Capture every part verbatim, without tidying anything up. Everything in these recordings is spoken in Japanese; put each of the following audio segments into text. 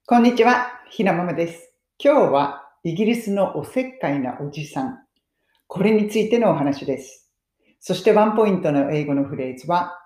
こんにちは、ひなままです。今日はイギリスのおせっかいなおじさん、これについてのお話です。そしてワンポイントの英語のフレーズは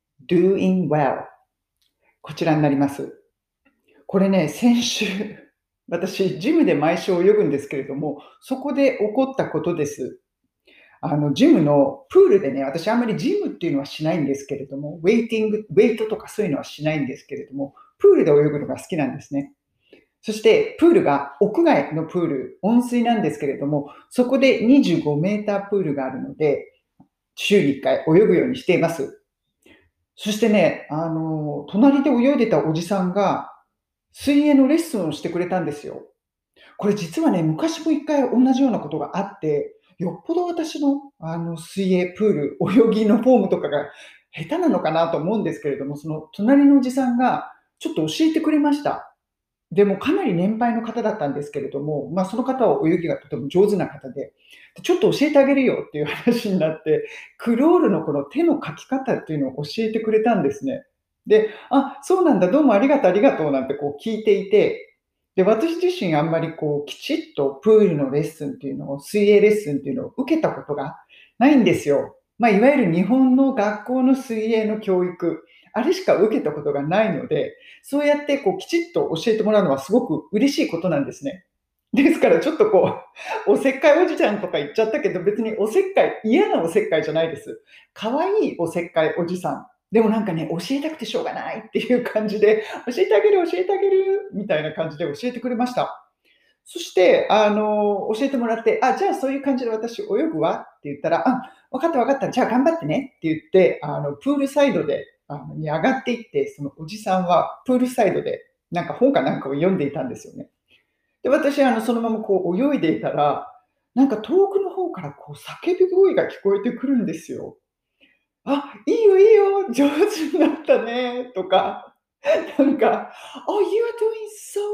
doing well。こちらになります。これね、先週、私、ジムで毎週泳ぐんですけれども、そこで起こったことです。あの、ジムのプールでね、私あんまりジムっていうのはしないんですけれども、ウェイティング、ウェイトとかそういうのはしないんですけれども、プールで泳ぐのが好きなんですね。そして、プールが屋外のプール、温水なんですけれども、そこでにじゅうごメータープールがあるので、週にいっかい泳ぐようにしています。そしてね、あの、隣で泳いでたおじさんが、水泳のレッスンをしてくれたんですよ。これ実はね、昔もいっかい同じようなことがあって、よっぽど私の、あの、水泳、プール、泳ぎのフォームとかが下手なのかなと思うんですけれども、その隣のおじさんがちょっと教えてくれました。でもかなり年配の方だったんですけれども、まあ、その方は泳ぎがとても上手な方で、ちょっと教えてあげるよっていう話になって、クロールのこの手の書き方っていうのを教えてくれたんですね。で、あ、そうなんだ、どうもありがとうありがとうなんてこう聞いていて、で、私自身あんまりこうきちっとプールのレッスンっていうのを、水泳レッスンっていうのを受けたことがないんですよ。まあ、いわゆる日本の学校の水泳の教育、あれしか受けたことがないので、そうやってこうきちっと教えてもらうのはすごく嬉しいことなんですね。ですからちょっとこう、おせっかいおじちゃんとか言っちゃったけど、別におせっかい、嫌なおせっかいじゃないです。可愛いおせっかいおじさん。でもなんかね、教えたくてしょうがないっていう感じで、教えてあげる、教えてあげる、みたいな感じで教えてくれました。そして、あの、教えてもらって、あ、じゃあそういう感じで私泳ぐわって言ったら、あ、わかったわかった、じゃあ頑張ってねって言って、あの、プールサイドで、あの、に上がっていって、そのおじさんはプールサイドで、なんか本かなんかを読んでいたんですよね。で、私、あの、そのままこう泳いでいたら、なんか遠くの方からこう叫び声が聞こえてくるんですよ。あ、いいよいいよ、上手になったねとか、なんか、Oh, you're doing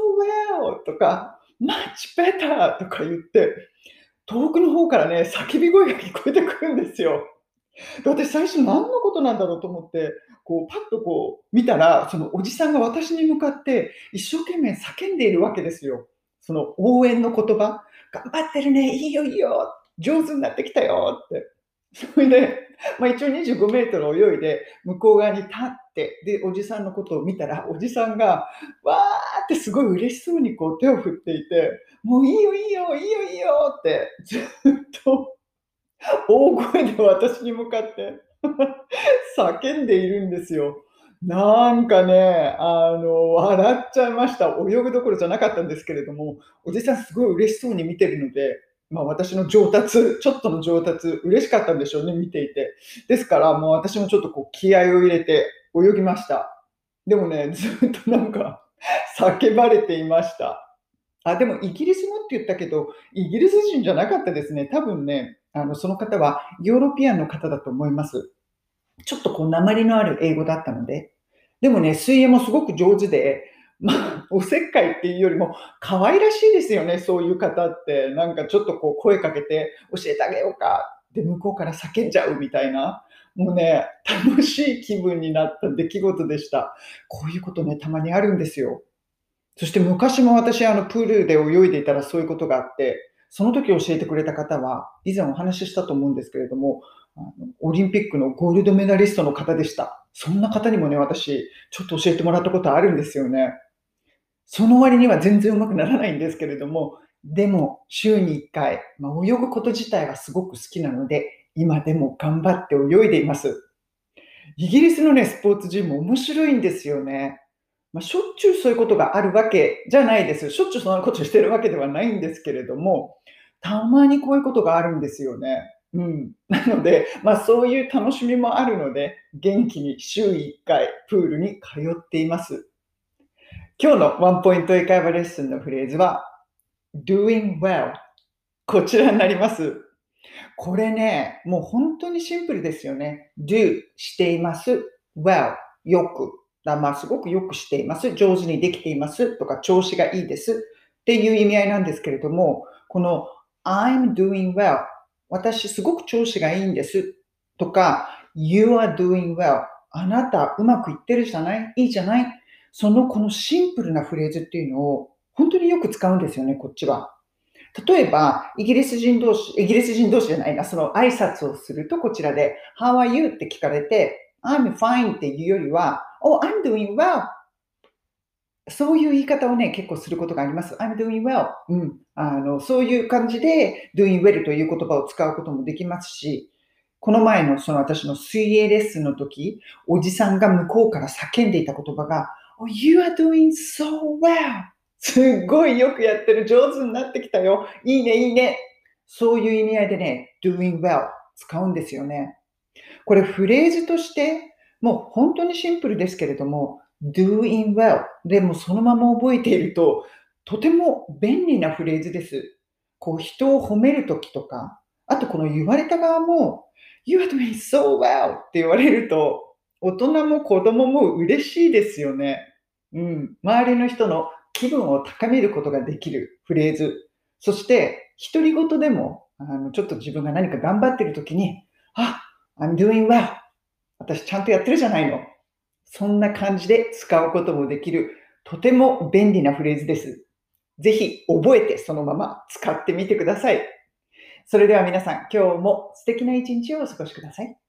so well とか、much better とか言って、遠くの方からね、叫び声が聞こえてくるんですよ。で、私最初何のことなんだろうと思って、こうパッとこう見たら、そのおじさんが私に向かって一生懸命叫んでいるわけですよ。その応援の言葉。頑張ってるね、いいよいいよ、上手になってきたよって。それで、まあ、一応にじゅうごメートル泳いで、向こう側に立って、で、おじさんのことを見たら、おじさんが、わーってすごい嬉しそうにこう手を振っていて、もういいよいいよ、いいよいいよって、ずっと大声で私に向かって叫んでいるんですよ。なんかね、あの、笑っちゃいました。泳ぐどころじゃなかったんですけれども、おじさんすごい嬉しそうに見てるので、まあ、私の上達、ちょっとの上達、嬉しかったんでしょうね、見ていて。ですから、もう私もちょっとこう気合を入れて泳ぎました。でもね、ずっとなんか叫ばれていました。あ、でもイギリスのって言ったけど、イギリス人じゃなかったですね。多分ね、あの、その方はヨーロピアンの方だと思います。ちょっとこう訛りのある英語だったので。でもね、水泳もすごく上手で、まあ、おせっかいっていうよりも可愛らしいですよね、そういう方って。なんかちょっとこう声かけて教えてあげようか。で、向こうから叫んじゃうみたいな。もうね、楽しい気分になった出来事でした。こういうことね、たまにあるんですよ。そして昔も私、あの、プールで泳いでいたらそういうことがあって、その時教えてくれた方は、以前お話ししたと思うんですけれども、あの、オリンピックのゴールドメダリストの方でした。そんな方にもね、私、ちょっと教えてもらったことあるんですよね。その割には全然上手くならないんですけれども、でも週にいっかい、まあ、泳ぐこと自体はすごく好きなので、今でも頑張って泳いでいます。イギリスのね、スポーツジム面白いんですよね。まあ、しょっちゅうそういうことがあるわけじゃないです。しょっちゅうそんなことしてるわけではないんですけれども、たまにこういうことがあるんですよね。うん。なので、まあ、そういう楽しみもあるので、元気に週いっかいプールに通っています。今日のワンポイント英会話レッスンのフレーズは doing well。こちらになります。これね、もう本当にシンプルですよね。do しています。well よく。だまあ、すごくよくしています。上手にできていますとか、調子がいいですっていう意味合いなんですけれども、この I'm doing well。私すごく調子がいいんですとか、You are doing well。あなたうまくいってるじゃないいいじゃないそのこのシンプルなフレーズっていうのを本当によく使うんですよね、こっちは。例えば、イギリス人同士、イギリス人同士じゃないな、その挨拶をするとこちらで、How are you? って聞かれて、I'm fine っていうよりは、Oh, I'm doing well. そういう言い方をね、結構することがあります。I'm doing well. うん。あの、そういう感じで doing well という言葉を使うこともできますし、この前のその私の水泳レッスンの時、おじさんが向こうから叫んでいた言葉が、Oh, you are doing so well. すっごいよくやってる。上手になってきたよ。いいね、いいね。そういう意味合いでね、doing well 使うんですよね。これフレーズとして、もう本当にシンプルですけれども、doing well でもそのまま覚えていると、とても便利なフレーズです。こう人を褒めるときとか、あとこの言われた側も、You are doing so well って言われると、大人も子供も嬉しいですよね。うん。周りの人の気分を高めることができるフレーズ。そして、独り言でも、あの、ちょっと自分が何か頑張ってるときに、あ、I'm doing well. 私ちゃんとやってるじゃないの。そんな感じで使うこともできる、とても便利なフレーズです。ぜひ覚えてそのまま使ってみてください。それでは皆さん、今日も素敵な一日をお過ごしください。